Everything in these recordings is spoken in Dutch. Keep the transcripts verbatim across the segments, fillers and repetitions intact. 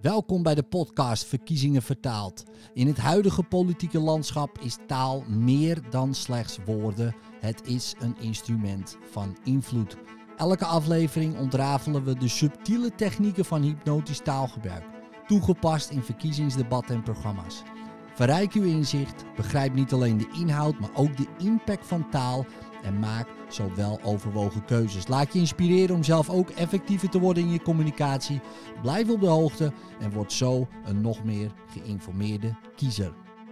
Welkom bij de podcast Verkiezingen Vertaald. In het huidige politieke landschap is taal meer dan slechts woorden. Het is een instrument van invloed. Elke aflevering ontrafelen we de subtiele technieken van hypnotisch taalgebruik, toegepast in verkiezingsdebatten en programma's. Verrijk uw inzicht, begrijp niet alleen de inhoud, maar ook de impact van taal en maak zo wel overwogen keuzes. Laat je inspireren om zelf ook effectiever te worden in je communicatie. Blijf op de hoogte en word zo een nog meer geïnformeerde kiezer.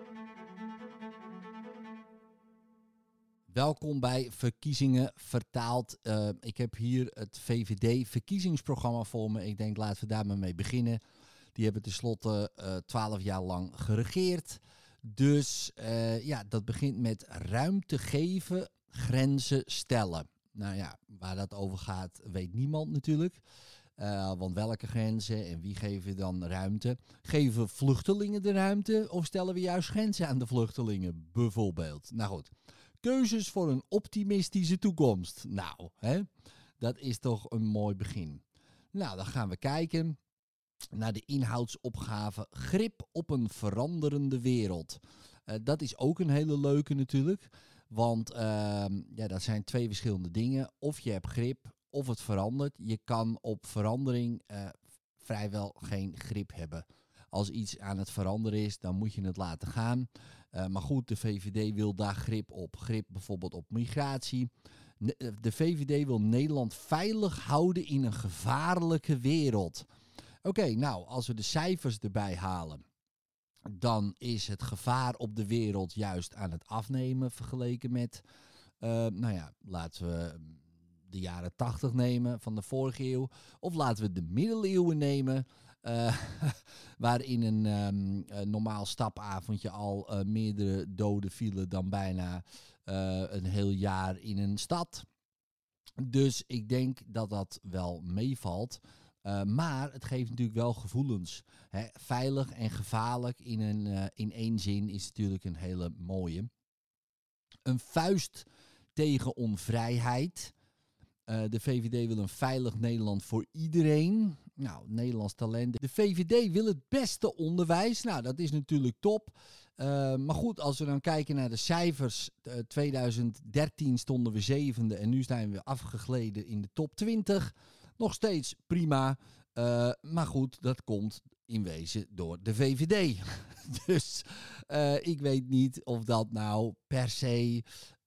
Welkom bij Verkiezingen Vertaald. Uh, ik heb hier het V V D-verkiezingsprogramma voor me. Ik denk, laten we daar maar mee beginnen. Die hebben tenslotte twaalf uh, jaar lang geregeerd. Dus uh, ja, dat begint met ruimte geven, grenzen stellen. Nou ja, waar dat over gaat, weet niemand natuurlijk. Uh, want welke grenzen en wie geven dan ruimte? Geven vluchtelingen de ruimte of stellen we juist grenzen aan de vluchtelingen bijvoorbeeld? Nou goed, keuzes voor een optimistische toekomst. Nou, hè, dat is toch een mooi begin. Nou, dan gaan we kijken naar de inhoudsopgave grip op een veranderende wereld. Uh, dat is ook een hele leuke natuurlijk. Want uh, ja, dat zijn twee verschillende dingen. Of je hebt grip, of het verandert. Je kan op verandering uh, vrijwel geen grip hebben. Als iets aan het veranderen is, dan moet je het laten gaan. Uh, maar goed, de V V D wil daar grip op. Grip bijvoorbeeld op migratie. De V V D wil Nederland veilig houden in een gevaarlijke wereld. Oké, okay, nou, als we de cijfers erbij halen, dan is het gevaar op de wereld juist aan het afnemen vergeleken met, uh, nou ja, laten we de jaren tachtig nemen van de vorige eeuw. Of laten we de middeleeuwen nemen, uh, waarin een, um, een normaal stapavondje al uh, meerdere doden vielen dan bijna uh, een heel jaar in een stad. Dus ik denk dat dat wel meevalt. Uh, maar het geeft natuurlijk wel gevoelens. Hè? Veilig en gevaarlijk in, een, uh, in één zin is natuurlijk een hele mooie. Een vuist tegen onvrijheid. Uh, de V V D wil een veilig Nederland voor iedereen. Nou, Nederlands talent. De V V D wil het beste onderwijs. Nou, dat is natuurlijk top. Uh, maar goed, als we dan kijken naar de cijfers. Uh, twintig dertien stonden we zevende en nu zijn we afgegleden in de top twintig. Nog steeds prima, uh, maar goed, dat komt in wezen door de V V D. Dus uh, ik weet niet of dat nou per se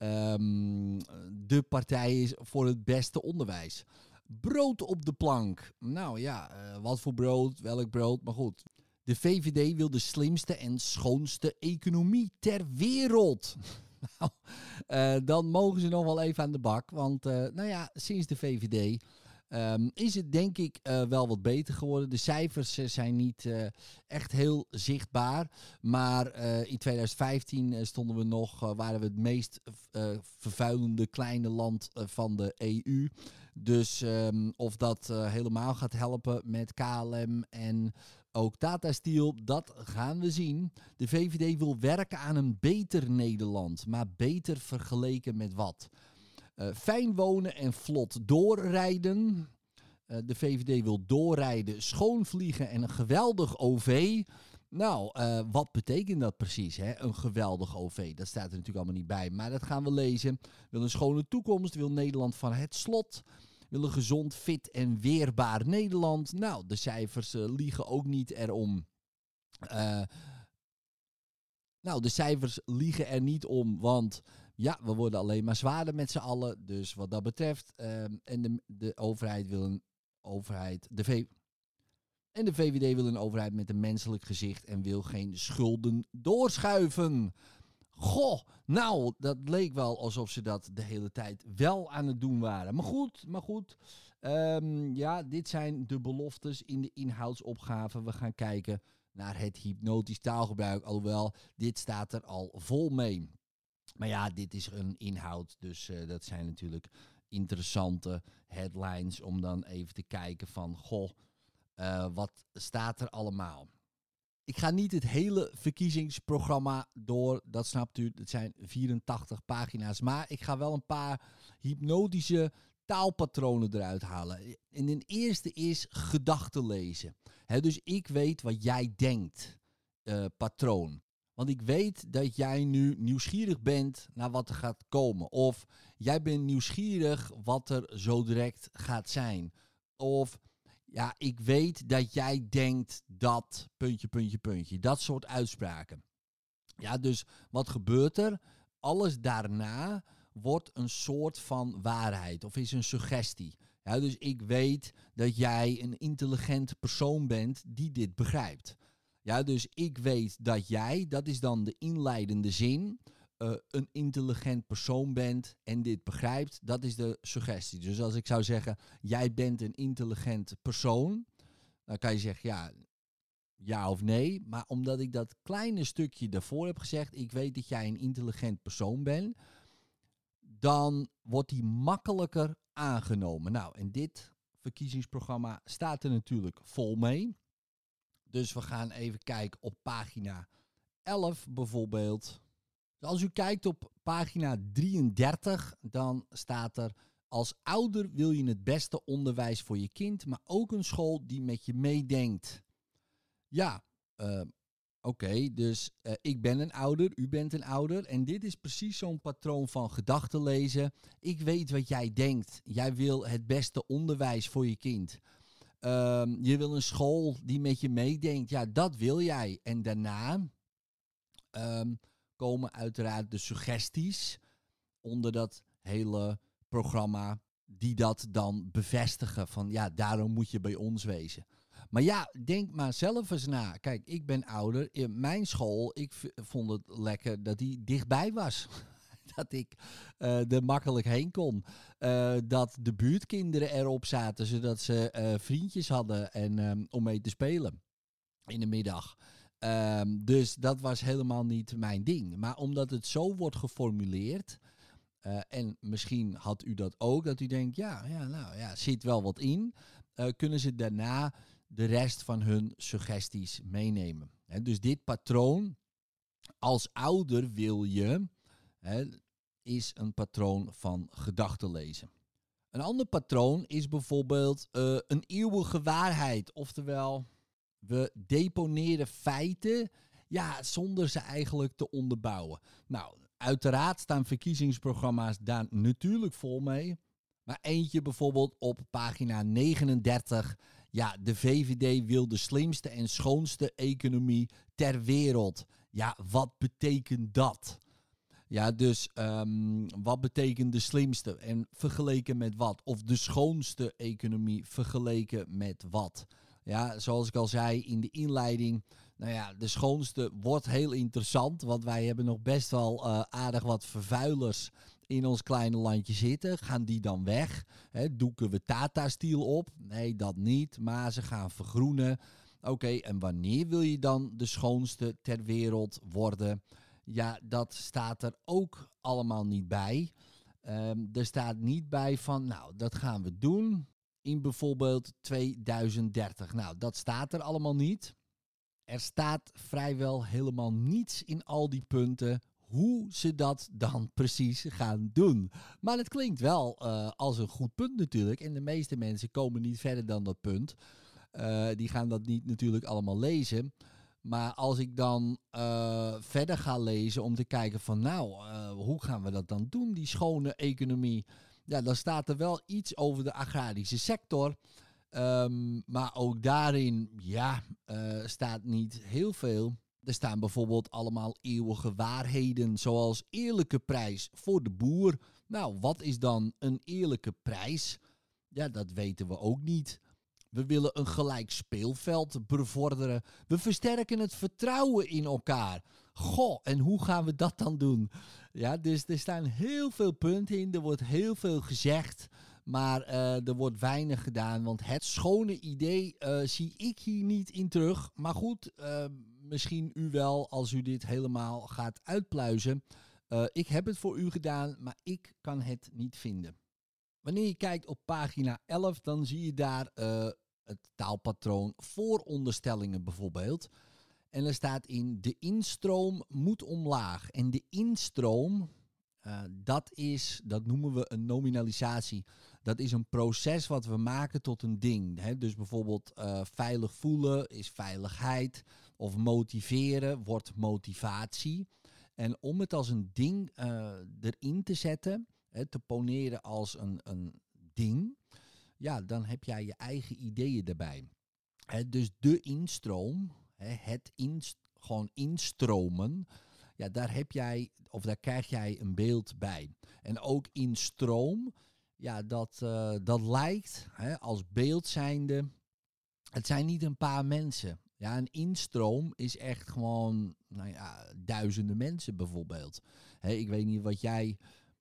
um, de partij is voor het beste onderwijs. Brood op de plank. Nou ja, uh, wat voor brood, welk brood, maar goed. De V V D wil de slimste en schoonste economie ter wereld. Nou, uh, dan mogen ze nog wel even aan de bak, want uh, nou ja, sinds de V V D... Um, is het denk ik uh, wel wat beter geworden. De cijfers uh, zijn niet uh, echt heel zichtbaar. Maar uh, in twintig vijftien uh, stonden we nog, uh, waren we het meest uh, vervuilende kleine land uh, van de E U. Dus um, of dat uh, helemaal gaat helpen met K L M en ook Tata Steel, dat gaan we zien. De V V D wil werken aan een beter Nederland. Maar beter vergeleken met wat? Uh, fijn wonen en vlot doorrijden. Uh, de V V D wil doorrijden, schoon vliegen en een geweldig O V. Nou, uh, wat betekent dat precies, hè? Een geweldig O V? Dat staat er natuurlijk allemaal niet bij, maar dat gaan we lezen. Wil een schone toekomst, wil Nederland van het slot. Wil een gezond, fit en weerbaar Nederland. Nou, de cijfers uh, liegen ook niet erom. Uh, nou, de cijfers liegen er niet om, want ja, we worden alleen maar zwaarder met z'n allen. Dus wat dat betreft. Uh, en de, de overheid wil een overheid. De v- en de V V D wil een overheid met een menselijk gezicht en wil geen schulden doorschuiven. Goh, nou, dat leek wel alsof ze dat de hele tijd wel aan het doen waren. Maar goed, maar goed. Um, ja, dit zijn de beloftes in de inhoudsopgave. We gaan kijken naar het hypnotisch taalgebruik. Alhoewel, dit staat er al vol mee. Maar ja, dit is een inhoud, dus uh, dat zijn natuurlijk interessante headlines om dan even te kijken van, goh, uh, wat staat er allemaal? Ik ga niet het hele verkiezingsprogramma door, dat snapt u, het zijn vierentachtig pagina's, maar ik ga wel een paar hypnotische taalpatronen eruit halen. En de eerste is gedachten lezen. He, dus ik weet wat jij denkt, uh, patroon. Want ik weet dat jij nu nieuwsgierig bent naar wat er gaat komen. Of jij bent nieuwsgierig wat er zo direct gaat zijn. Of ja, ik weet dat jij denkt dat, puntje, puntje, puntje. Dat soort uitspraken. Ja, dus wat gebeurt er? Alles daarna wordt een soort van waarheid of is een suggestie. Ja, dus ik weet dat jij een intelligent persoon bent die dit begrijpt. Ja, dus ik weet dat jij, dat is dan de inleidende zin, uh, een intelligent persoon bent en dit begrijpt, dat is de suggestie. Dus als ik zou zeggen, jij bent een intelligent persoon, dan kan je zeggen, ja, ja of nee. Maar omdat ik dat kleine stukje daarvoor heb gezegd, ik weet dat jij een intelligent persoon bent, dan wordt die makkelijker aangenomen. Nou, en dit verkiezingsprogramma staat er natuurlijk vol mee. Dus we gaan even kijken op pagina elf bijvoorbeeld. Dus als u kijkt op pagina drieëndertig, dan staat er: als ouder wil je het beste onderwijs voor je kind, maar ook een school die met je meedenkt. Ja, uh, oké, okay, dus uh, ik ben een ouder, u bent een ouder. En dit is precies zo'n patroon van gedachten lezen. Ik weet wat jij denkt. Jij wil het beste onderwijs voor je kind. Um, je wil een school die met je meedenkt. Ja, dat wil jij. En daarna um, komen uiteraard de suggesties onder dat hele programma die dat dan bevestigen van ja, daarom moet je bij ons wezen. Maar ja, denk maar zelf eens na. Kijk, ik ben ouder. In mijn school, ik v- vond het lekker dat die dichtbij was. Dat ik uh, er makkelijk heen kon. Uh, dat de buurtkinderen erop zaten, zodat ze uh, vriendjes hadden en, um, om mee te spelen in de middag. Um, dus dat was helemaal niet mijn ding. Maar omdat het zo wordt geformuleerd, uh, en misschien had u dat ook, dat u denkt, ja, ja nou ja, zit wel wat in, uh, kunnen ze daarna de rest van hun suggesties meenemen. He, dus dit patroon, als ouder wil je, he, is een patroon van gedachten lezen. Een ander patroon is bijvoorbeeld uh, een eeuwige waarheid. Oftewel, we deponeren feiten, ja, zonder ze eigenlijk te onderbouwen. Nou, uiteraard staan verkiezingsprogramma's daar natuurlijk vol mee. Maar eentje bijvoorbeeld op pagina negenendertig. Ja, de V V D wil de slimste en schoonste economie ter wereld. Ja, wat betekent dat? Ja, dus um, wat betekent de slimste en vergeleken met wat? Of de schoonste economie vergeleken met wat? Ja, zoals ik al zei in de inleiding, nou ja, de schoonste wordt heel interessant, want wij hebben nog best wel uh, aardig wat vervuilers in ons kleine landje zitten. Gaan die dan weg? He, doeken we Tata-stiel op? Nee, dat niet, maar ze gaan vergroenen. Oké, okay, en wanneer wil je dan de schoonste ter wereld worden? Ja, dat staat er ook allemaal niet bij. Um, er staat niet bij van, nou, dat gaan we doen in bijvoorbeeld tweeduizend dertig. Nou, dat staat er allemaal niet. Er staat vrijwel helemaal niets in al die punten hoe ze dat dan precies gaan doen. Maar het klinkt wel uh, als een goed punt natuurlijk. En de meeste mensen komen niet verder dan dat punt. Uh, die gaan dat niet natuurlijk allemaal lezen. Maar als ik dan uh, verder ga lezen om te kijken van nou, uh, hoe gaan we dat dan doen, die schone economie? Ja, dan staat er wel iets over de agrarische sector. Um, maar ook daarin, ja, uh, staat niet heel veel. Er staan bijvoorbeeld allemaal eeuwige waarheden, zoals eerlijke prijs voor de boer. Nou, wat is dan een eerlijke prijs? Ja, dat weten we ook niet. We willen een gelijk speelveld bevorderen. We versterken het vertrouwen in elkaar. Goh, en hoe gaan we dat dan doen? Ja, dus er staan heel veel punten in. Er wordt heel veel gezegd. Maar uh, er wordt weinig gedaan. Want het schone idee uh, zie ik hier niet in terug. Maar goed, uh, misschien u wel als u dit helemaal gaat uitpluizen. Uh, ik heb het voor u gedaan, maar ik kan het niet vinden. Wanneer je kijkt op pagina elf, dan zie je daar uh, het taalpatroon vooronderstellingen bijvoorbeeld. En er staat in, de instroom moet omlaag. En de instroom, uh, dat is, dat noemen we een nominalisatie. dat is een proces wat we maken tot een ding. Hè? Dus bijvoorbeeld uh, veilig voelen is veiligheid. Of motiveren wordt motivatie. En om het als een ding uh, erin te zetten, hè, te poneren als een, een ding, ja, dan heb jij je eigen ideeën erbij. Hè, dus de instroom, hè, het inst- gewoon instromen, ja, daar heb jij, of daar krijg jij een beeld bij. En ook instroom, ja, dat, uh, dat lijkt, hè, als beeld zijnde, het zijn niet een paar mensen. Ja, een instroom is echt gewoon, nou ja, duizenden mensen bijvoorbeeld. Hè, ik weet niet wat jij,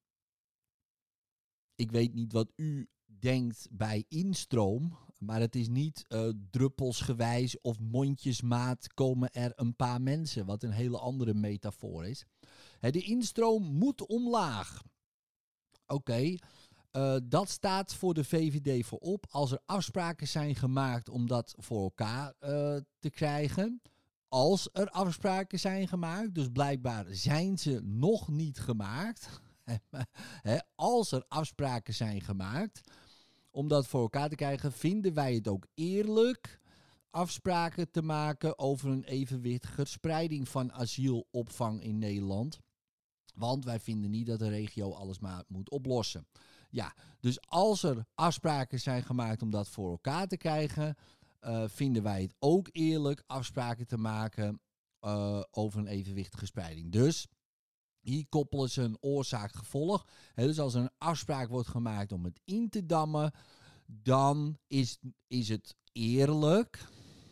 ik weet niet wat u denkt bij instroom, maar het is niet uh, druppelsgewijs of mondjesmaat komen er een paar mensen, wat een hele andere metafoor is. Hè, de instroom moet omlaag. Oké, okay. uh, dat staat voor de V V D voorop. Als er afspraken zijn gemaakt om dat voor elkaar uh, te krijgen, als er afspraken zijn gemaakt, dus blijkbaar zijn ze nog niet gemaakt. He, als er afspraken zijn gemaakt om dat voor elkaar te krijgen, vinden wij het ook eerlijk afspraken te maken over een evenwichtige spreiding van asielopvang in Nederland. Want wij vinden niet dat de regio alles maar moet oplossen. Ja, dus als er afspraken zijn gemaakt om dat voor elkaar te krijgen, uh, vinden wij het ook eerlijk afspraken te maken uh, over een evenwichtige spreiding. Dus hier koppelen ze een oorzaak-gevolg. He, dus als er een afspraak wordt gemaakt om het in te dammen, dan is, is het eerlijk.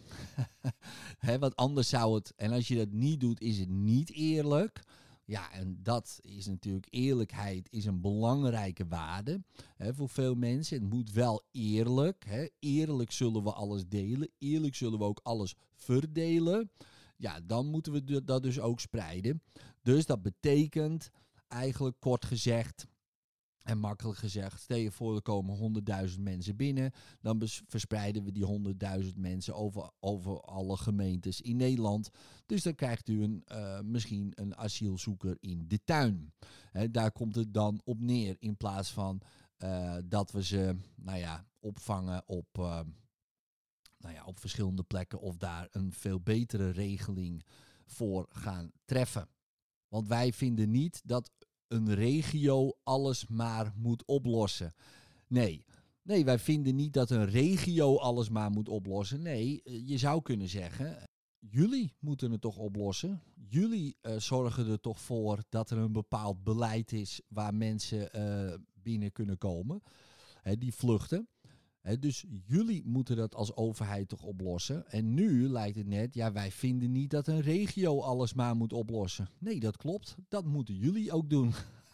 He, want anders zou het, en als je dat niet doet, is het niet eerlijk. Ja, en dat is natuurlijk, eerlijkheid is een belangrijke waarde hè, voor veel mensen. Het moet wel eerlijk. Hè. Eerlijk zullen we alles delen. Eerlijk zullen we ook alles verdelen. Ja, dan moeten we dat dus ook spreiden. Dus dat betekent eigenlijk kort gezegd en makkelijk gezegd, stel je voor er komen honderdduizend mensen binnen, dan bes- verspreiden we die honderdduizend mensen over, over alle gemeentes in Nederland. Dus dan krijgt u een, uh, misschien een asielzoeker in de tuin. He, daar komt het dan op neer in plaats van uh, dat we ze nou ja, opvangen op, uh, nou ja, op verschillende plekken of daar een veel betere regeling voor gaan treffen. Want wij vinden niet dat een regio alles maar moet oplossen. Nee, nee, wij vinden niet dat een regio alles maar moet oplossen. Nee, je zou kunnen zeggen, jullie moeten het toch oplossen. Jullie uh, zorgen er toch voor dat er een bepaald beleid is waar mensen uh, binnen kunnen komen, hè, die vluchten. He, dus jullie moeten dat als overheid toch oplossen. En nu lijkt het net, ja, wij vinden niet dat een regio alles maar moet oplossen. Nee, dat klopt. Dat moeten jullie ook doen.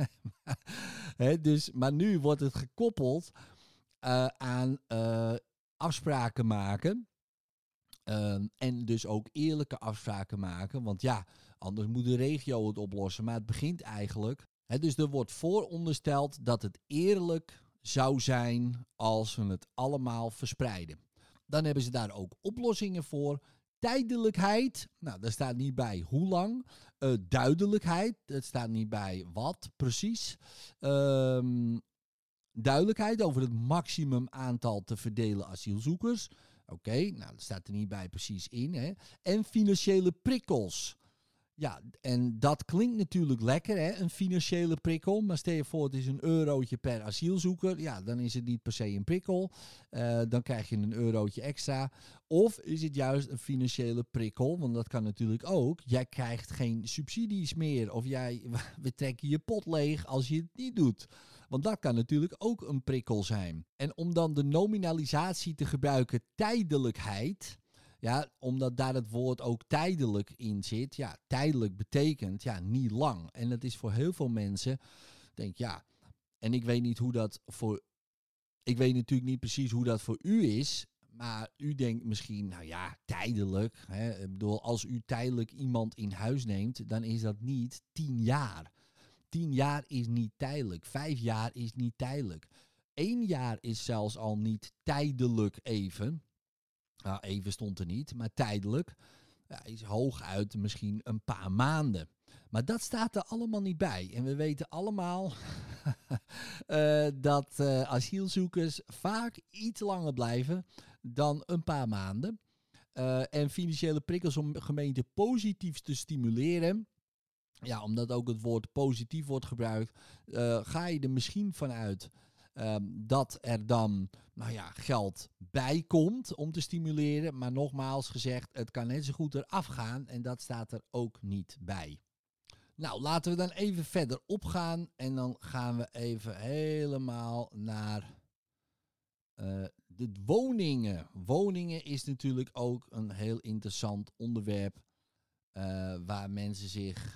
He, dus, maar nu wordt het gekoppeld uh, aan uh, afspraken maken. Uh, en dus ook eerlijke afspraken maken. Want ja, anders moet de regio het oplossen. Maar het begint eigenlijk. He, dus er wordt voorondersteld dat het eerlijk zou zijn als we het allemaal verspreiden. Dan hebben ze daar ook oplossingen voor. Tijdelijkheid, nou, daar staat niet bij hoe lang. Uh, duidelijkheid, dat staat niet bij wat precies. Um, duidelijkheid over het maximum aantal te verdelen asielzoekers. Oké, okay, nou, dat staat er niet bij precies in. Hè. En financiële prikkels. Ja, en dat klinkt natuurlijk lekker, hè, een financiële prikkel. Maar stel je voor, het is een eurotje per asielzoeker. Ja, dan is het niet per se een prikkel. Uh, dan krijg je een eurotje extra. Of is het juist een financiële prikkel? Want dat kan natuurlijk ook. Jij krijgt geen subsidies meer. Of jij, we trekken je pot leeg als je het niet doet. Want dat kan natuurlijk ook een prikkel zijn. En om dan de nominalisatie te gebruiken, tijdelijkheid. Ja, omdat daar het woord ook tijdelijk in zit. Ja, tijdelijk betekent ja niet lang. En dat is voor heel veel mensen, denk ja, en ik weet niet hoe dat voor, ik weet natuurlijk niet precies hoe dat voor u is. Maar u denkt misschien, nou ja, tijdelijk. Hè, ik bedoel, als u tijdelijk iemand in huis neemt, dan is dat niet tien jaar. Tien jaar is niet tijdelijk. Vijf jaar is niet tijdelijk. Eén jaar is zelfs al niet tijdelijk even. Nou, even stond er niet, maar tijdelijk. Ja, is hooguit misschien een paar maanden. Maar dat staat er allemaal niet bij. En we weten allemaal, uh, dat uh, asielzoekers vaak iets langer blijven dan een paar maanden. Uh, en financiële prikkels om gemeenten positief te stimuleren. Ja, omdat ook het woord positief wordt gebruikt, uh, ga je er misschien vanuit um, dat er dan nou ja, geld bij komt om te stimuleren. Maar nogmaals gezegd, het kan net zo goed eraf gaan en dat staat er ook niet bij. Nou, laten we dan even verder opgaan en dan gaan we even helemaal naar uh, de woningen. Woningen is natuurlijk ook een heel interessant onderwerp uh, waar mensen zich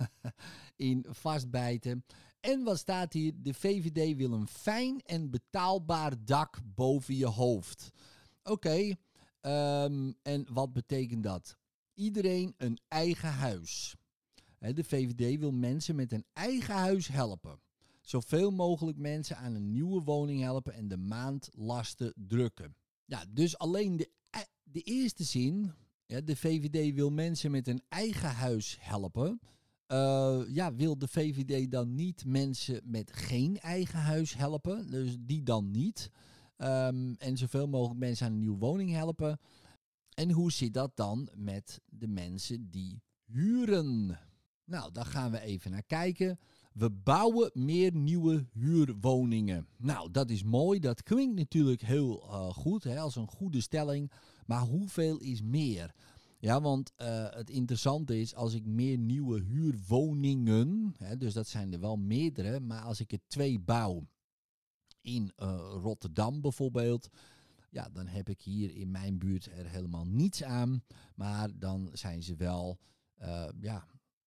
in vastbijten. En wat staat hier? De V V D wil een fijn en betaalbaar dak boven je hoofd. Oké, okay, um, en wat betekent dat? Iedereen een eigen huis. De V V D wil mensen met een eigen huis helpen. Zoveel mogelijk mensen aan een nieuwe woning helpen en de maandlasten drukken. Ja, dus alleen de, de eerste zin, ja, de V V D wil mensen met een eigen huis helpen. Uh, ja, wil de V V D dan niet mensen met geen eigen huis helpen? Dus die dan niet. Um, en zoveel mogelijk mensen aan een nieuwe woning helpen. En hoe zit dat dan met de mensen die huren? Nou, daar gaan we even naar kijken. We bouwen meer nieuwe huurwoningen. Nou, dat is mooi. Dat klinkt natuurlijk heel uh, goed, hè, als een goede stelling. Maar hoeveel is meer? Ja, want uh, het interessante is, als ik meer nieuwe huurwoningen, hè, dus dat zijn er wel meerdere, maar als ik er twee bouw in uh, Rotterdam bijvoorbeeld, ja, dan heb ik hier in mijn buurt er helemaal niets aan. Maar dan zijn ze wel, uh, ja,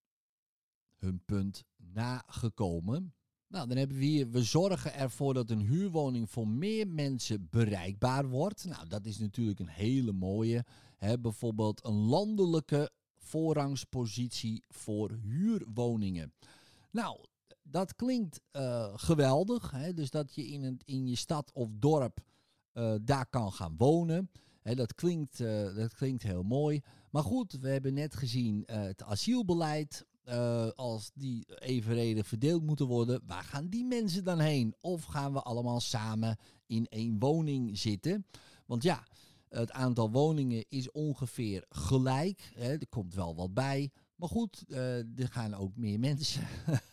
hun punt nagekomen. Nou, dan hebben we hier, we zorgen ervoor dat een huurwoning voor meer mensen bereikbaar wordt. Nou, dat is natuurlijk een hele mooie. Hè, bijvoorbeeld een landelijke voorrangspositie voor huurwoningen. Nou, dat klinkt uh, geweldig. Hè, dus dat je in, het, in je stad of dorp uh, daar kan gaan wonen. Hè, dat, klinkt, uh, dat klinkt heel mooi. Maar goed, we hebben net gezien uh, het asielbeleid. Uh, als die evenredig verdeeld moeten worden, waar gaan die mensen dan heen? Of gaan we allemaal samen in één woning zitten? Want ja, het aantal woningen is ongeveer gelijk. Hè, er komt wel wat bij. Maar goed, uh, er gaan ook meer mensen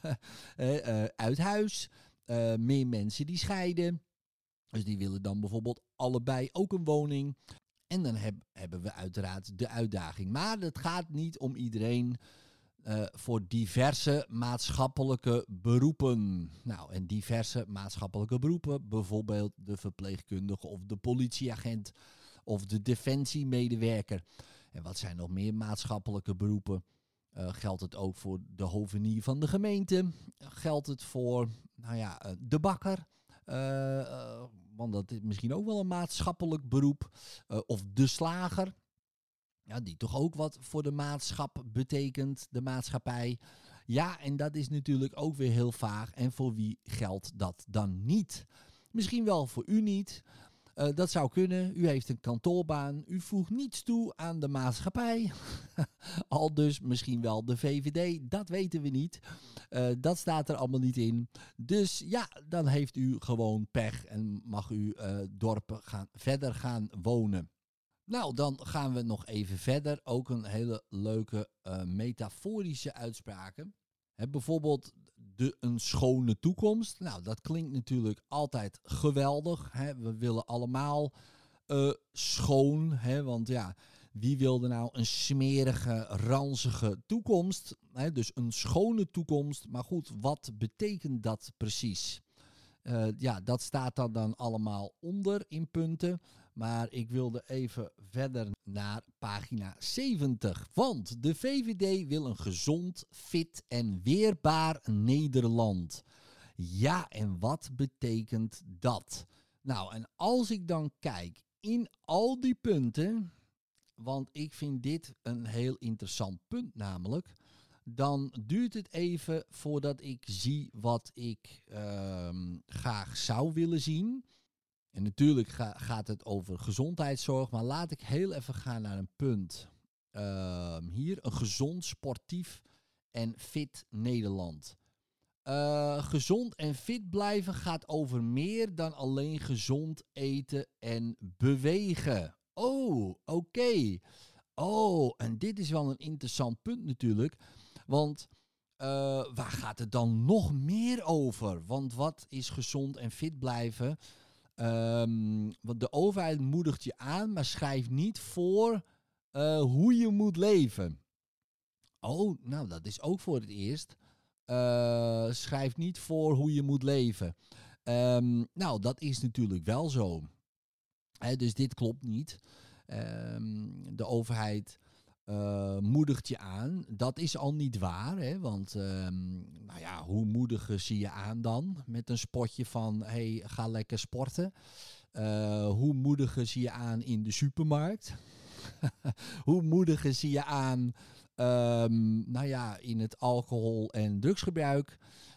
uh, uit huis. Uh, meer mensen die scheiden. Dus die willen dan bijvoorbeeld allebei ook een woning. En dan heb, hebben we uiteraard de uitdaging. Maar het gaat niet om iedereen. Uh, voor diverse maatschappelijke beroepen. Nou, en diverse maatschappelijke beroepen, bijvoorbeeld de verpleegkundige of de politieagent of de defensiemedewerker. En wat zijn nog meer maatschappelijke beroepen? Uh, geldt het ook voor de hovenier van de gemeente? Geldt het voor, nou ja, uh, de bakker? Uh, uh, want dat is misschien ook wel een maatschappelijk beroep. Uh, of de slager. Ja, die toch ook wat voor de maatschap betekent, de maatschappij. Ja, en dat is natuurlijk ook weer heel vaag. En voor wie geldt dat dan niet? Misschien wel voor u niet. Uh, dat zou kunnen. U heeft een kantoorbaan. U voegt niets toe aan de maatschappij. Al dus misschien wel de V V D. Dat weten we niet. Uh, dat staat er allemaal niet in. Dus ja, dan heeft u gewoon pech en mag u uh, dorpen gaan, verder gaan wonen. Nou, dan gaan we nog even verder. Ook een hele leuke uh, metaforische uitspraken. He, bijvoorbeeld de, een schone toekomst. Nou, dat klinkt natuurlijk altijd geweldig. Hè. We willen allemaal uh, schoon. Hè, want ja, wie wilde nou een smerige, ranzige toekomst? Hè, dus een schone toekomst. Maar goed, wat betekent dat precies? Uh, ja, dat staat er dan allemaal onder in punten. Maar ik wilde even verder naar pagina zeventig. Want de V V D wil een gezond, fit en weerbaar Nederland. Ja, en wat betekent dat? Nou, en als ik dan kijk in al die punten, want ik vind dit een heel interessant punt namelijk, dan duurt het even voordat ik zie wat ik uh, graag zou willen zien. En natuurlijk ga, gaat het over gezondheidszorg, maar laat ik heel even gaan naar een punt. Uh, hier, een gezond, sportief en fit Nederland. Uh, gezond en fit blijven gaat over meer dan alleen gezond eten en bewegen. Oh, oké. Okay. Oh, en dit is wel een interessant punt natuurlijk. Want uh, waar gaat het dan nog meer over? Want wat is gezond en fit blijven? Um, want de overheid moedigt je aan, maar schrijft niet voor uh, hoe je moet leven. Oh, nou dat is ook voor het eerst. Uh, schrijft niet voor hoe je moet leven. Um, nou, dat is natuurlijk wel zo. He, dus dit klopt niet. Um, de overheid uh, moedigt je aan. Dat is al niet waar. Hè? Want um, nou ja, hoe moedigen ze je aan dan? Met een spotje van, hey, ga lekker sporten. Uh, hoe moedigen ze je aan in de supermarkt? Hoe moedigen ze je aan... Um, nou ja, in het alcohol- en drugsgebruik.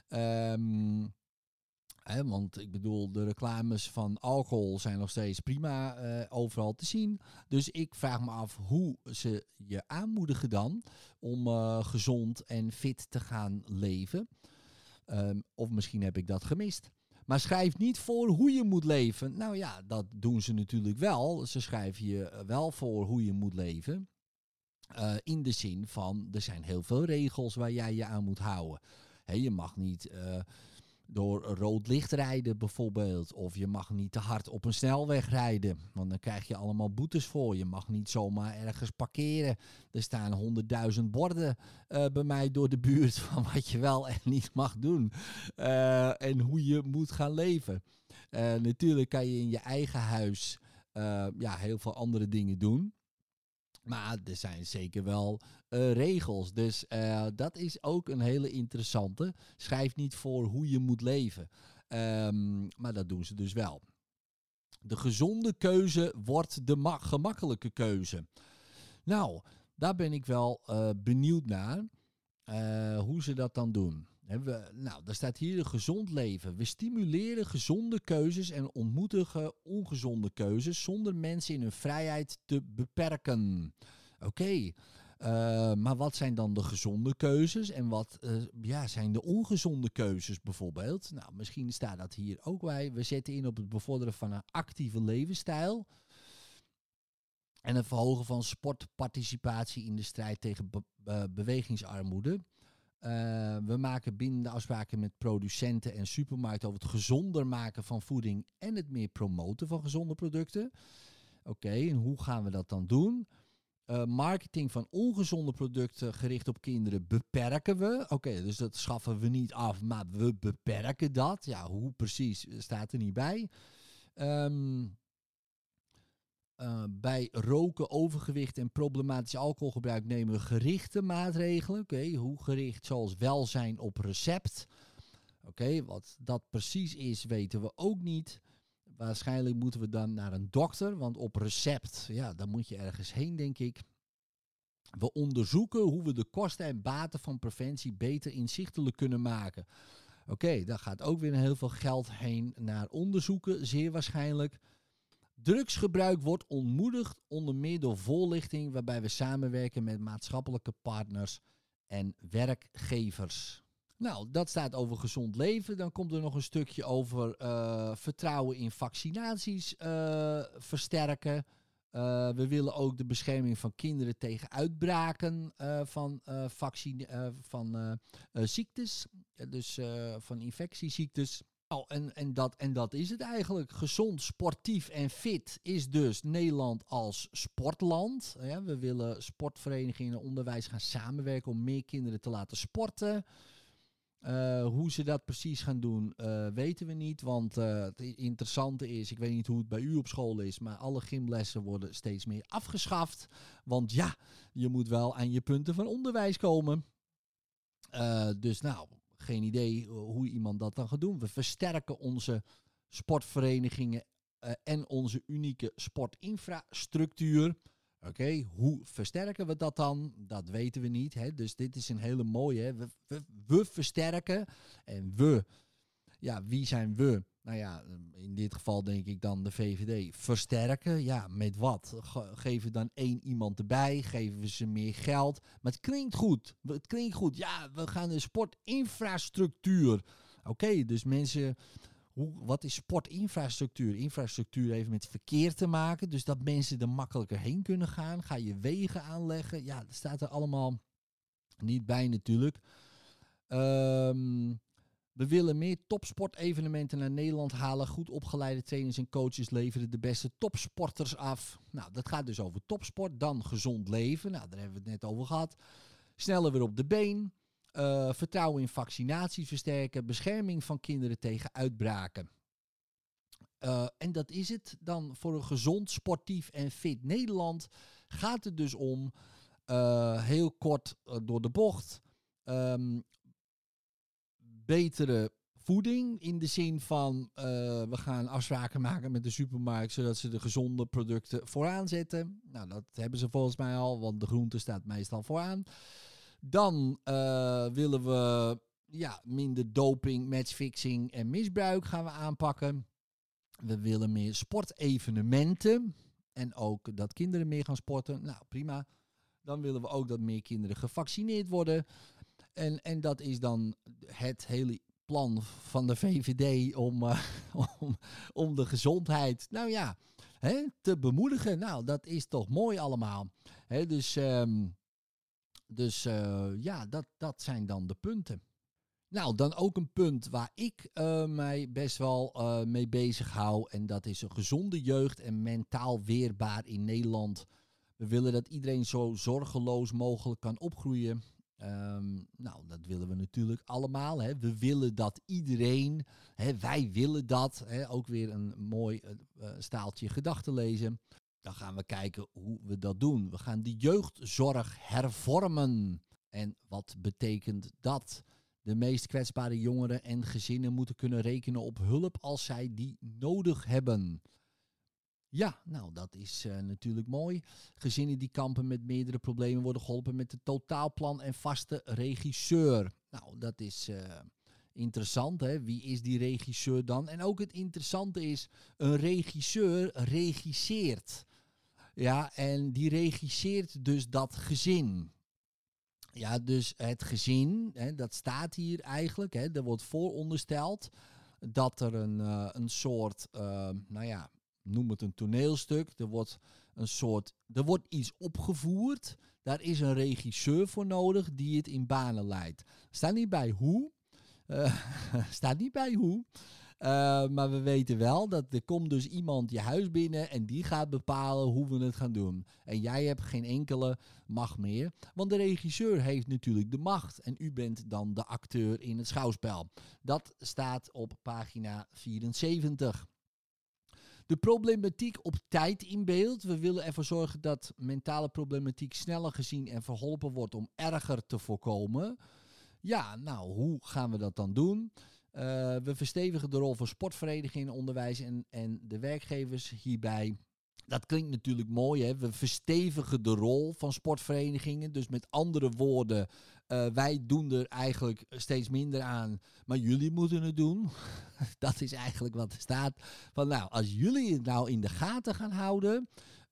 Um, hè, want ik bedoel, de reclames van alcohol zijn nog steeds prima uh, overal te zien. Dus ik vraag me af hoe ze je aanmoedigen dan om uh, gezond en fit te gaan leven. Um, of misschien heb ik dat gemist. Maar schrijf niet voor hoe je moet leven. Nou ja, dat doen ze natuurlijk wel. Ze schrijven je wel voor hoe je moet leven. Uh, in de zin van, er zijn heel veel regels waar jij je aan moet houden. He, je mag niet uh, door rood licht rijden bijvoorbeeld. Of je mag niet te hard op een snelweg rijden. Want dan krijg je allemaal boetes voor. Je mag niet zomaar ergens parkeren. Er staan honderdduizend borden uh, bij mij door de buurt van wat je wel en niet mag doen. Uh, en hoe je moet gaan leven. Uh, natuurlijk kan je in je eigen huis uh, ja, heel veel andere dingen doen. Maar er zijn zeker wel uh, regels. Dus uh, dat is ook een hele interessante. Schrijf niet voor hoe je moet leven. Um, maar dat doen ze dus wel. De gezonde keuze wordt de ma- gemakkelijke keuze. Nou, daar ben ik wel uh, benieuwd naar. Uh, hoe ze dat dan doen. We, nou, daar staat hier een gezond leven. We stimuleren gezonde keuzes en ontmoedigen ongezonde keuzes zonder mensen in hun vrijheid te beperken. Oké, okay. uh, maar wat zijn dan de gezonde keuzes en wat uh, ja, zijn de ongezonde keuzes bijvoorbeeld? Nou, misschien staat dat hier ook bij. We zetten in op het bevorderen van een actieve levensstijl. En het verhogen van sportparticipatie in de strijd tegen be- uh, bewegingsarmoede. Uh, we maken bindende afspraken met producenten en supermarkten over het gezonder maken van voeding en het meer promoten van gezonde producten. Oké, okay, en hoe gaan we dat dan doen? Uh, marketing van ongezonde producten gericht op kinderen beperken we. Oké, okay, dus dat schaffen we niet af, maar we beperken dat. Ja, hoe precies staat er niet bij. Um, Uh, bij roken, overgewicht en problematisch alcoholgebruik nemen we gerichte maatregelen. Oké, okay, hoe gericht? Zoals welzijn op recept. Oké, okay, wat dat precies is, weten we ook niet. Waarschijnlijk moeten we dan naar een dokter, want op recept, ja, dan moet je ergens heen, denk ik. We onderzoeken hoe we de kosten en baten van preventie beter inzichtelijk kunnen maken. Oké, okay, daar gaat ook weer heel veel geld heen naar onderzoeken, zeer waarschijnlijk. Drugsgebruik wordt ontmoedigd onder meer door voorlichting, waarbij we samenwerken met maatschappelijke partners en werkgevers. Nou, dat staat over gezond leven. Dan komt er nog een stukje over uh, vertrouwen in vaccinaties uh, versterken. Uh, we willen ook de bescherming van kinderen tegen uitbraken uh, van, uh, vaccine, uh, van uh, uh, ziektes, dus uh, van infectieziektes. Oh, en, en, dat, en dat is het eigenlijk. Gezond, sportief en fit is dus Nederland als sportland. Ja, we willen sportverenigingen en onderwijs gaan samenwerken om meer kinderen te laten sporten. Uh, hoe ze dat precies gaan doen, uh, weten we niet. Want uh, het interessante is, ik weet niet hoe het bij u op school is, maar alle gymlessen worden steeds meer afgeschaft. Want ja, je moet wel aan je punten van onderwijs komen. Uh, dus nou... Geen idee hoe iemand dat dan gaat doen. We versterken onze sportverenigingen uh, en onze unieke sportinfrastructuur. Oké, okay, hoe versterken we dat dan? Dat weten we niet. Hè? Dus dit is een hele mooie. Hè? We, we, we versterken en we, ja, wie zijn we? nou ja, in dit geval denk ik dan de V V D, versterken. Ja, met wat? Ge- geven we dan één iemand erbij? Geven we ze meer geld? Maar het klinkt goed. Het klinkt goed. Ja, we gaan de sportinfrastructuur. Oké, okay, dus mensen... Hoe, wat is sportinfrastructuur? Infrastructuur heeft met verkeer te maken. Dus dat mensen er makkelijker heen kunnen gaan. Ga je wegen aanleggen? Ja, dat staat er allemaal niet bij natuurlijk. Um, we willen meer topsportevenementen naar Nederland halen. Goed opgeleide trainers en coaches leveren de beste topsporters af. Nou, dat gaat dus over topsport. Dan gezond leven. Nou, daar hebben we het net over gehad. Sneller weer op de been. Uh, vertrouwen in vaccinaties versterken. Bescherming van kinderen tegen uitbraken. Uh, en dat is het dan voor een gezond, sportief en fit Nederland. Gaat het dus om, uh, heel kort uh, door de bocht, um, betere voeding. In de zin van, uh, we gaan afspraken maken met de supermarkt, zodat ze de gezonde producten vooraan zetten. Nou, dat hebben ze volgens mij al, want de groente staat meestal vooraan. Dan uh, willen we ja, minder doping, matchfixing en misbruik gaan we aanpakken. We willen meer sportevenementen. En ook dat kinderen meer gaan sporten. Nou, prima. Dan willen we ook dat meer kinderen gevaccineerd worden. En, en dat is dan het hele plan van de V V D om, uh, om, om de gezondheid, nou ja, hè, te bemoedigen. Nou, dat is toch mooi allemaal. Hè, dus... Um, Dus uh, ja, dat, dat zijn dan de punten. Nou, dan ook een punt waar ik uh, mij best wel uh, mee bezig hou. En dat is een gezonde jeugd en mentaal weerbaar in Nederland. We willen dat iedereen zo zorgeloos mogelijk kan opgroeien. Um, nou, dat willen we natuurlijk allemaal. Hè. We willen dat iedereen, hè, wij willen dat. Hè, ook weer een mooi uh, staaltje gedachten lezen. Dan gaan we kijken hoe we dat doen. We gaan de jeugdzorg hervormen. En wat betekent dat? De meest kwetsbare jongeren en gezinnen moeten kunnen rekenen op hulp als zij die nodig hebben. Ja, nou dat is uh, natuurlijk mooi. Gezinnen die kampen met meerdere problemen worden geholpen met een totaalplan en vaste regisseur. Nou, dat is uh, interessant, hè? Wie is die regisseur dan? En ook het interessante is, een regisseur regisseert. Ja, en die regisseert dus dat gezin. Ja, dus het gezin, hè, dat staat hier eigenlijk. Hè, er wordt voorondersteld dat er een, uh, een soort, uh, nou ja, noem het een toneelstuk. Er wordt een soort, er wordt iets opgevoerd. Daar is een regisseur voor nodig die het in banen leidt. Staat niet bij hoe. Uh, staat niet bij hoe. Uh, maar we weten wel dat er komt dus iemand je huis binnen en die gaat bepalen hoe we het gaan doen. En jij hebt geen enkele macht meer, want de regisseur heeft natuurlijk de macht. En u bent dan de acteur in het schouwspel. Dat staat op pagina vierenzeventig. De problematiek op tijd in beeld. We willen ervoor zorgen dat mentale problematiek sneller gezien en verholpen wordt om erger te voorkomen. Ja, nou, hoe gaan we dat dan doen? Uh, we verstevigen de rol van sportverenigingen, onderwijs en, en de werkgevers hierbij. Dat klinkt natuurlijk mooi, hè? We verstevigen de rol van sportverenigingen. Dus met andere woorden, uh, wij doen er eigenlijk steeds minder aan, maar jullie moeten het doen. Dat is eigenlijk wat er staat. Van nou, als jullie het nou in de gaten gaan houden,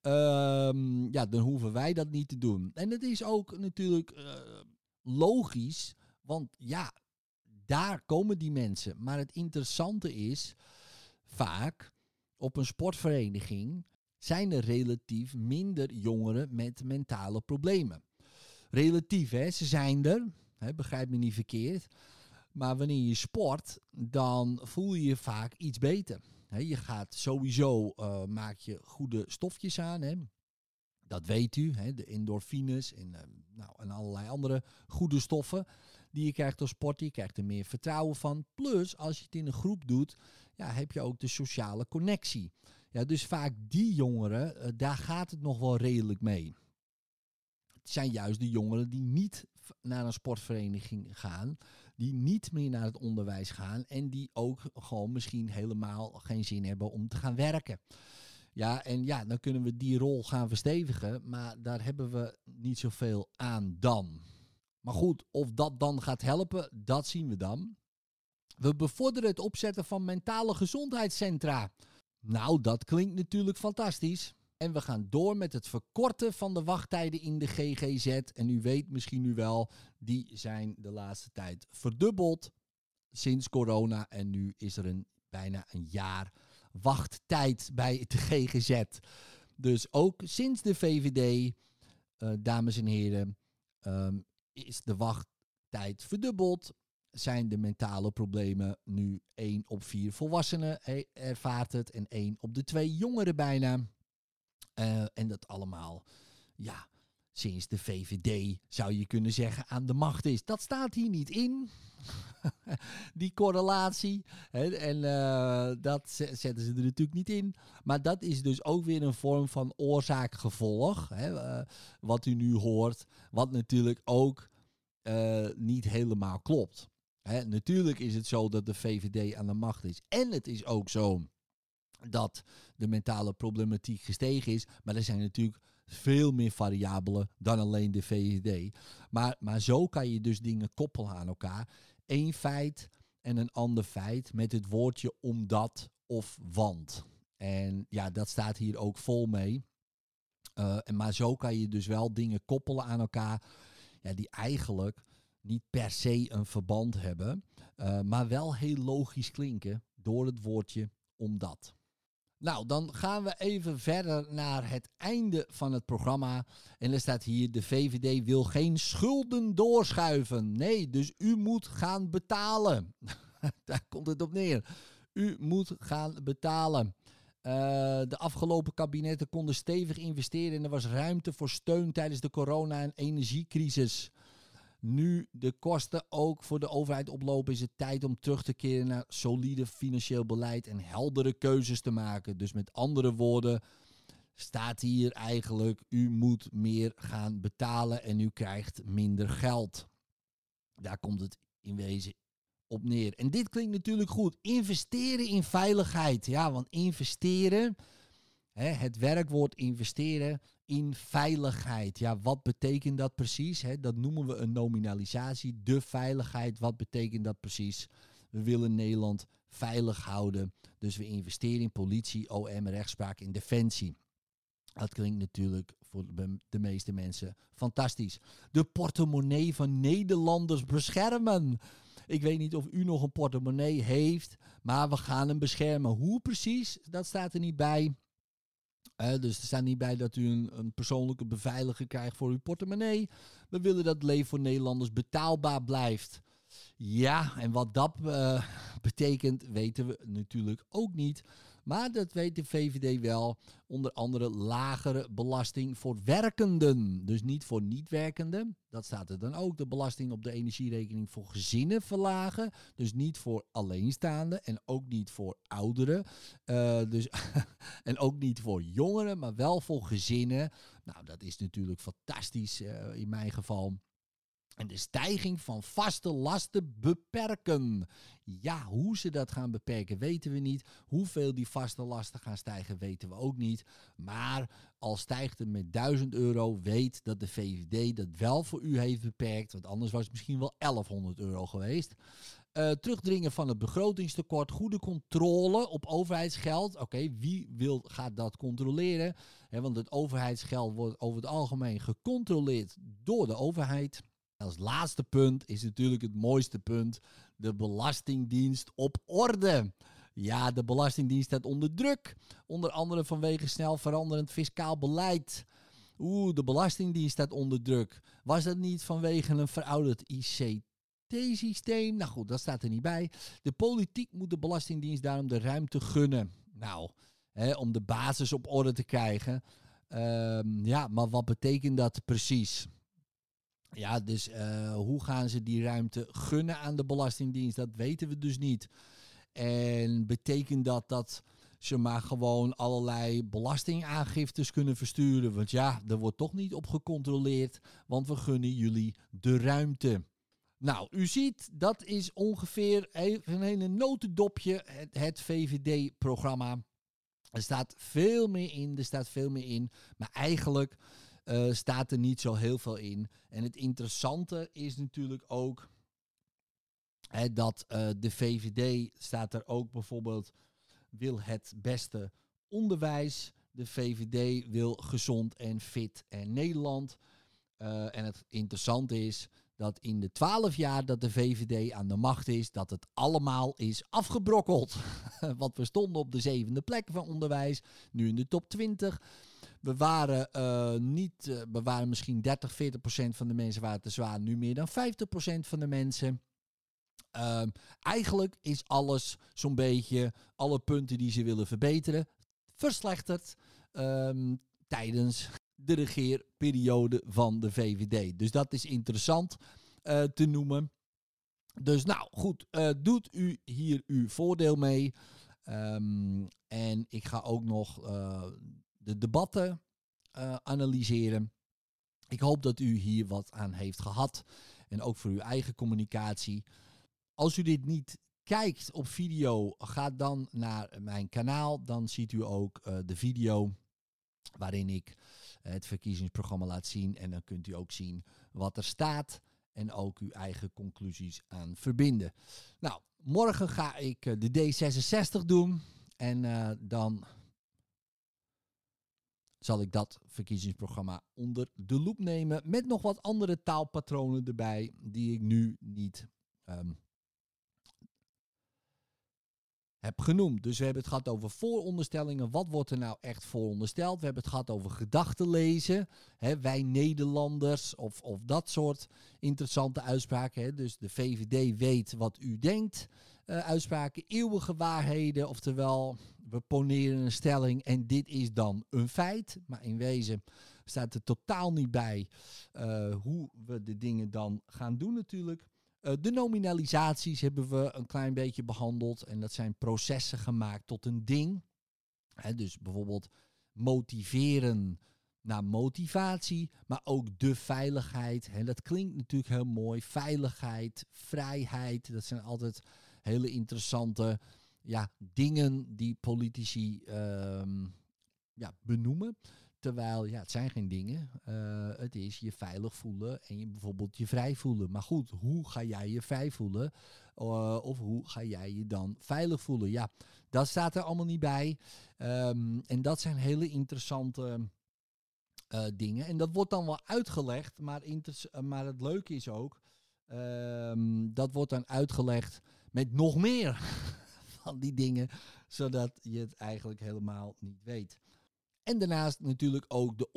um, ja, dan hoeven wij dat niet te doen. En het is ook natuurlijk uh, logisch, want ja, daar komen die mensen. Maar het interessante is, vaak op een sportvereniging zijn er relatief minder jongeren met mentale problemen. Relatief, hè, ze zijn er, hè, begrijp me niet verkeerd. Maar wanneer je sport, dan voel je je vaak iets beter. Hè, je gaat sowieso, uh, maak je goede stofjes aan, hè. Dat weet u, hè, de endorfines en, uh, nou, en allerlei andere goede stoffen die je krijgt door sporten. Je krijgt er meer vertrouwen van. Plus, als je het in een groep doet, ja, heb je ook de sociale connectie. Ja, dus vaak die jongeren, uh, daar gaat het nog wel redelijk mee. Het zijn juist de jongeren die niet naar een sportvereniging gaan, die niet meer naar het onderwijs gaan en die ook gewoon misschien helemaal geen zin hebben om te gaan werken. Ja, en ja, dan kunnen we die rol gaan verstevigen, maar daar hebben we niet zoveel aan dan. Maar goed, of dat dan gaat helpen, dat zien we dan. We bevorderen het opzetten van mentale gezondheidscentra. Nou, dat klinkt natuurlijk fantastisch. En we gaan door met het verkorten van de wachttijden in de G G Z. En u weet misschien nu wel, die zijn de laatste tijd verdubbeld sinds corona. En nu is er een, bijna een jaar wachttijd bij de G G Z. Dus ook sinds de V V D, uh, dames en heren, um, is de wachttijd verdubbeld. Zijn de mentale problemen nu één op vier volwassenen ervaart het en één op de twee jongeren bijna. Uh, en dat allemaal, ja, sinds de V V D zou je kunnen zeggen aan de macht is. Dat staat hier niet in, die correlatie. Hè? En uh, dat zetten ze er natuurlijk niet in. Maar dat is dus ook weer een vorm van oorzaak-gevolg. Hè? Uh, wat u nu hoort, wat natuurlijk ook uh, niet helemaal klopt. Hè? Natuurlijk is het zo dat de V V D aan de macht is. En het is ook zo dat de mentale problematiek gestegen is. Maar er zijn natuurlijk veel meer variabelen dan alleen de V V D. Maar, maar zo kan je dus dingen koppelen aan elkaar. Eén feit en een ander feit met het woordje omdat of want. En ja, dat staat hier ook vol mee. Uh, en maar zo kan je dus wel dingen koppelen aan elkaar, ja, die eigenlijk niet per se een verband hebben, uh, maar wel heel logisch klinken door het woordje omdat. Nou, dan gaan we even verder naar het einde van het programma. En er staat hier, de V V D wil geen schulden doorschuiven. Nee, dus u moet gaan betalen. Daar komt het op neer. U moet gaan betalen. Uh, de afgelopen kabinetten konden stevig investeren en er was ruimte voor steun tijdens de corona- en energiecrisis. Nu de kosten ook voor de overheid oplopen, is het tijd om terug te keren naar solide financieel beleid en heldere keuzes te maken. Dus met andere woorden staat hier eigenlijk, u moet meer gaan betalen en u krijgt minder geld. Daar komt het in wezen op neer. En dit klinkt natuurlijk goed. Investeren in veiligheid. Ja, want investeren, hè, het werkwoord investeren in veiligheid. Ja, wat betekent dat precies? Hè? Dat noemen we een nominalisatie. De veiligheid, wat betekent dat precies? We willen Nederland veilig houden. Dus we investeren in politie, O M, rechtspraak en defensie. Dat klinkt natuurlijk voor de meeste mensen fantastisch. De portemonnee van Nederlanders beschermen. Ik weet niet of u nog een portemonnee heeft, maar we gaan hem beschermen. Hoe precies? Dat staat er niet bij. Uh, dus er staat niet bij dat u een, een persoonlijke beveiliger krijgt voor uw portemonnee. We willen dat het leven voor Nederlanders betaalbaar blijft. Ja, en wat dat uh, betekent weten we natuurlijk ook niet. Maar dat weet de V V D wel. Onder andere lagere belasting voor werkenden. Dus niet voor niet-werkenden. Dat staat er dan ook. De belasting op de energierekening voor gezinnen verlagen. Dus niet voor alleenstaanden. En ook niet voor ouderen. Uh, dus en ook niet voor jongeren. Maar wel voor gezinnen. Nou, dat is natuurlijk fantastisch uh, in mijn geval. En de stijging van vaste lasten beperken. Ja, hoe ze dat gaan beperken weten we niet. Hoeveel die vaste lasten gaan stijgen weten we ook niet. Maar al stijgt het met duizend euro, weet dat de V V D dat wel voor u heeft beperkt. Want anders was het misschien wel elfhonderd euro geweest. Uh, terugdringen van het begrotingstekort. Goede controle op overheidsgeld. Oké, okay, wie wil, gaat dat controleren? He, want het overheidsgeld wordt over het algemeen gecontroleerd door de overheid. Als laatste punt is natuurlijk het mooiste punt. De Belastingdienst op orde. Ja, de Belastingdienst staat onder druk. Onder andere vanwege snel veranderend fiscaal beleid. Oeh, de Belastingdienst staat onder druk. Was dat niet vanwege een verouderd I C T-systeem? Nou goed, dat staat er niet bij. De politiek moet de Belastingdienst daarom de ruimte gunnen. Nou, hè, om de basis op orde te krijgen. Um, ja, maar wat betekent dat precies? Ja, dus uh, hoe gaan ze die ruimte gunnen aan de Belastingdienst? Dat weten we dus niet. En betekent dat dat ze maar gewoon allerlei belastingaangiftes kunnen versturen? Want ja, er wordt toch niet op gecontroleerd, want we gunnen jullie de ruimte. Nou, u ziet, dat is ongeveer even een hele notendopje het, het V V D-programma. Er staat veel meer in, er staat veel meer in, maar eigenlijk Uh, staat er niet zo heel veel in. En het interessante is natuurlijk ook Hè, dat uh, de V V D, staat er ook bijvoorbeeld, wil het beste onderwijs. De V V D wil gezond en fit en Nederland. Uh, en het interessante is dat in de twaalf jaar dat de V V D aan de macht is, dat het allemaal is afgebrokkeld. Want we stonden op de zevende plek van onderwijs, nu in de top twintig. We waren, uh, niet, uh, we waren misschien dertig, veertig procent van de mensen waren te zwaar, nu meer dan vijftig procent van de mensen. Uh, eigenlijk is alles zo'n beetje, alle punten die ze willen verbeteren, verslechterd um, tijdens de regeerperiode van de V V D. Dus dat is interessant uh, te noemen. Dus nou goed, uh, doet u hier uw voordeel mee. Um, en ik ga ook nog uh, de debatten uh, analyseren. Ik hoop dat u hier wat aan heeft gehad. En ook voor uw eigen communicatie. Als u dit niet kijkt op video, ga dan naar mijn kanaal. Dan ziet u ook uh, de video waarin ik uh, het verkiezingsprogramma laat zien. En dan kunt u ook zien wat er staat. En ook uw eigen conclusies aan verbinden. Nou, morgen ga ik uh, de D zesenzestig doen. En uh, dan zal ik dat verkiezingsprogramma onder de loep nemen. Met nog wat andere taalpatronen erbij die ik nu niet um, heb genoemd. Dus we hebben het gehad over vooronderstellingen. Wat wordt er nou echt voorondersteld? We hebben het gehad over gedachten lezen. Hè, wij Nederlanders of, of dat soort interessante uitspraken. Hè. Dus de V V D weet wat u denkt. Uh, uitspraken, eeuwige waarheden. Oftewel, we poneren een stelling en dit is dan een feit. Maar in wezen staat er totaal niet bij uh, hoe we de dingen dan gaan doen natuurlijk. Uh, de nominalisaties hebben we een klein beetje behandeld. En dat zijn processen gemaakt tot een ding. He, dus bijvoorbeeld motiveren naar motivatie. Maar ook de veiligheid. En dat klinkt natuurlijk heel mooi. Veiligheid, vrijheid. Dat zijn altijd hele interessante ja, dingen die politici uh, ja, benoemen. Terwijl, ja, het zijn geen dingen. Uh, het is je veilig voelen en je bijvoorbeeld je vrij voelen. Maar goed, hoe ga jij je vrij voelen? Uh, of hoe ga jij je dan veilig voelen? Ja, dat staat er allemaal niet bij. Um, en dat zijn hele interessante uh, dingen. En dat wordt dan wel uitgelegd. Maar, inter- uh, maar het leuke is ook, um, dat wordt dan uitgelegd met nog meer van die dingen. Zodat je het eigenlijk helemaal niet weet. En daarnaast natuurlijk ook de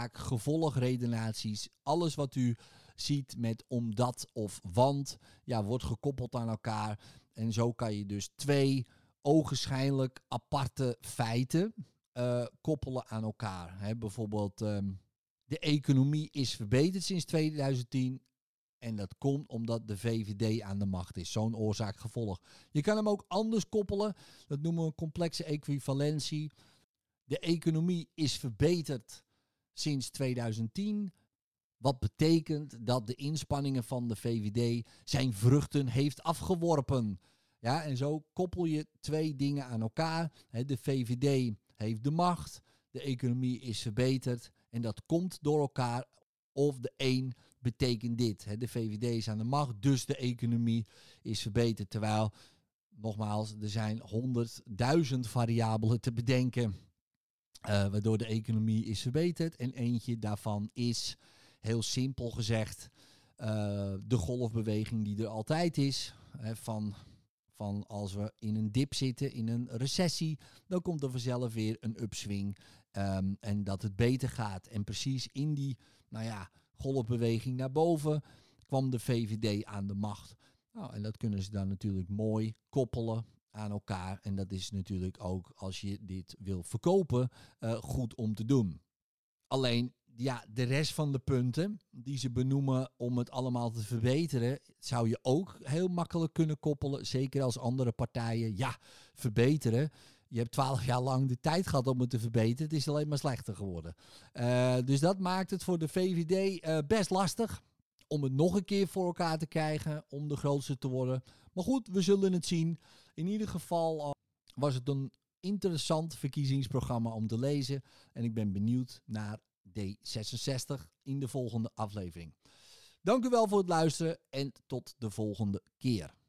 oorzaak-gevolgredenaties. Alles wat u ziet met omdat of want, ja, wordt gekoppeld aan elkaar. En zo kan je dus twee ogenschijnlijk aparte feiten uh, koppelen aan elkaar. He, bijvoorbeeld, um, de economie is verbeterd sinds tweeduizend tien. En dat komt omdat de V V D aan de macht is. Zo'n oorzaak-gevolg. Je kan hem ook anders koppelen. Dat noemen we een complexe equivalentie. De economie is verbeterd sinds tweeduizend tien. Wat betekent dat de inspanningen van de V V D zijn vruchten heeft afgeworpen. Ja, en zo koppel je twee dingen aan elkaar. De V V D heeft de macht. De economie is verbeterd. En dat komt door elkaar. Of de een betekent dit. De V V D is aan de macht, dus de economie is verbeterd. Terwijl, nogmaals, er zijn honderdduizend variabelen te bedenken. Uh, waardoor de economie is verbeterd. En eentje daarvan is, heel simpel gezegd, uh, de golfbeweging die er altijd is. Hè, van, van als we in een dip zitten, in een recessie, dan komt er vanzelf weer een upswing. Um, en dat het beter gaat. En precies in die, nou ja, golfbeweging naar boven kwam de V V D aan de macht. Nou, en dat kunnen ze dan natuurlijk mooi koppelen aan elkaar. En dat is natuurlijk ook, als je dit wil verkopen, uh, goed om te doen. Alleen, ja, de rest van de punten die ze benoemen om het allemaal te verbeteren, zou je ook heel makkelijk kunnen koppelen. Zeker als andere partijen, ja, verbeteren. Je hebt twaalf jaar lang de tijd gehad om het te verbeteren. Het is alleen maar slechter geworden. Uh, dus dat maakt het voor de V V D uh, best lastig om het nog een keer voor elkaar te krijgen, om de grootste te worden. Maar goed, we zullen het zien. In ieder geval uh, was het een interessant verkiezingsprogramma om te lezen. En ik ben benieuwd naar D zesenzestig in de volgende aflevering. Dank u wel voor het luisteren en tot de volgende keer.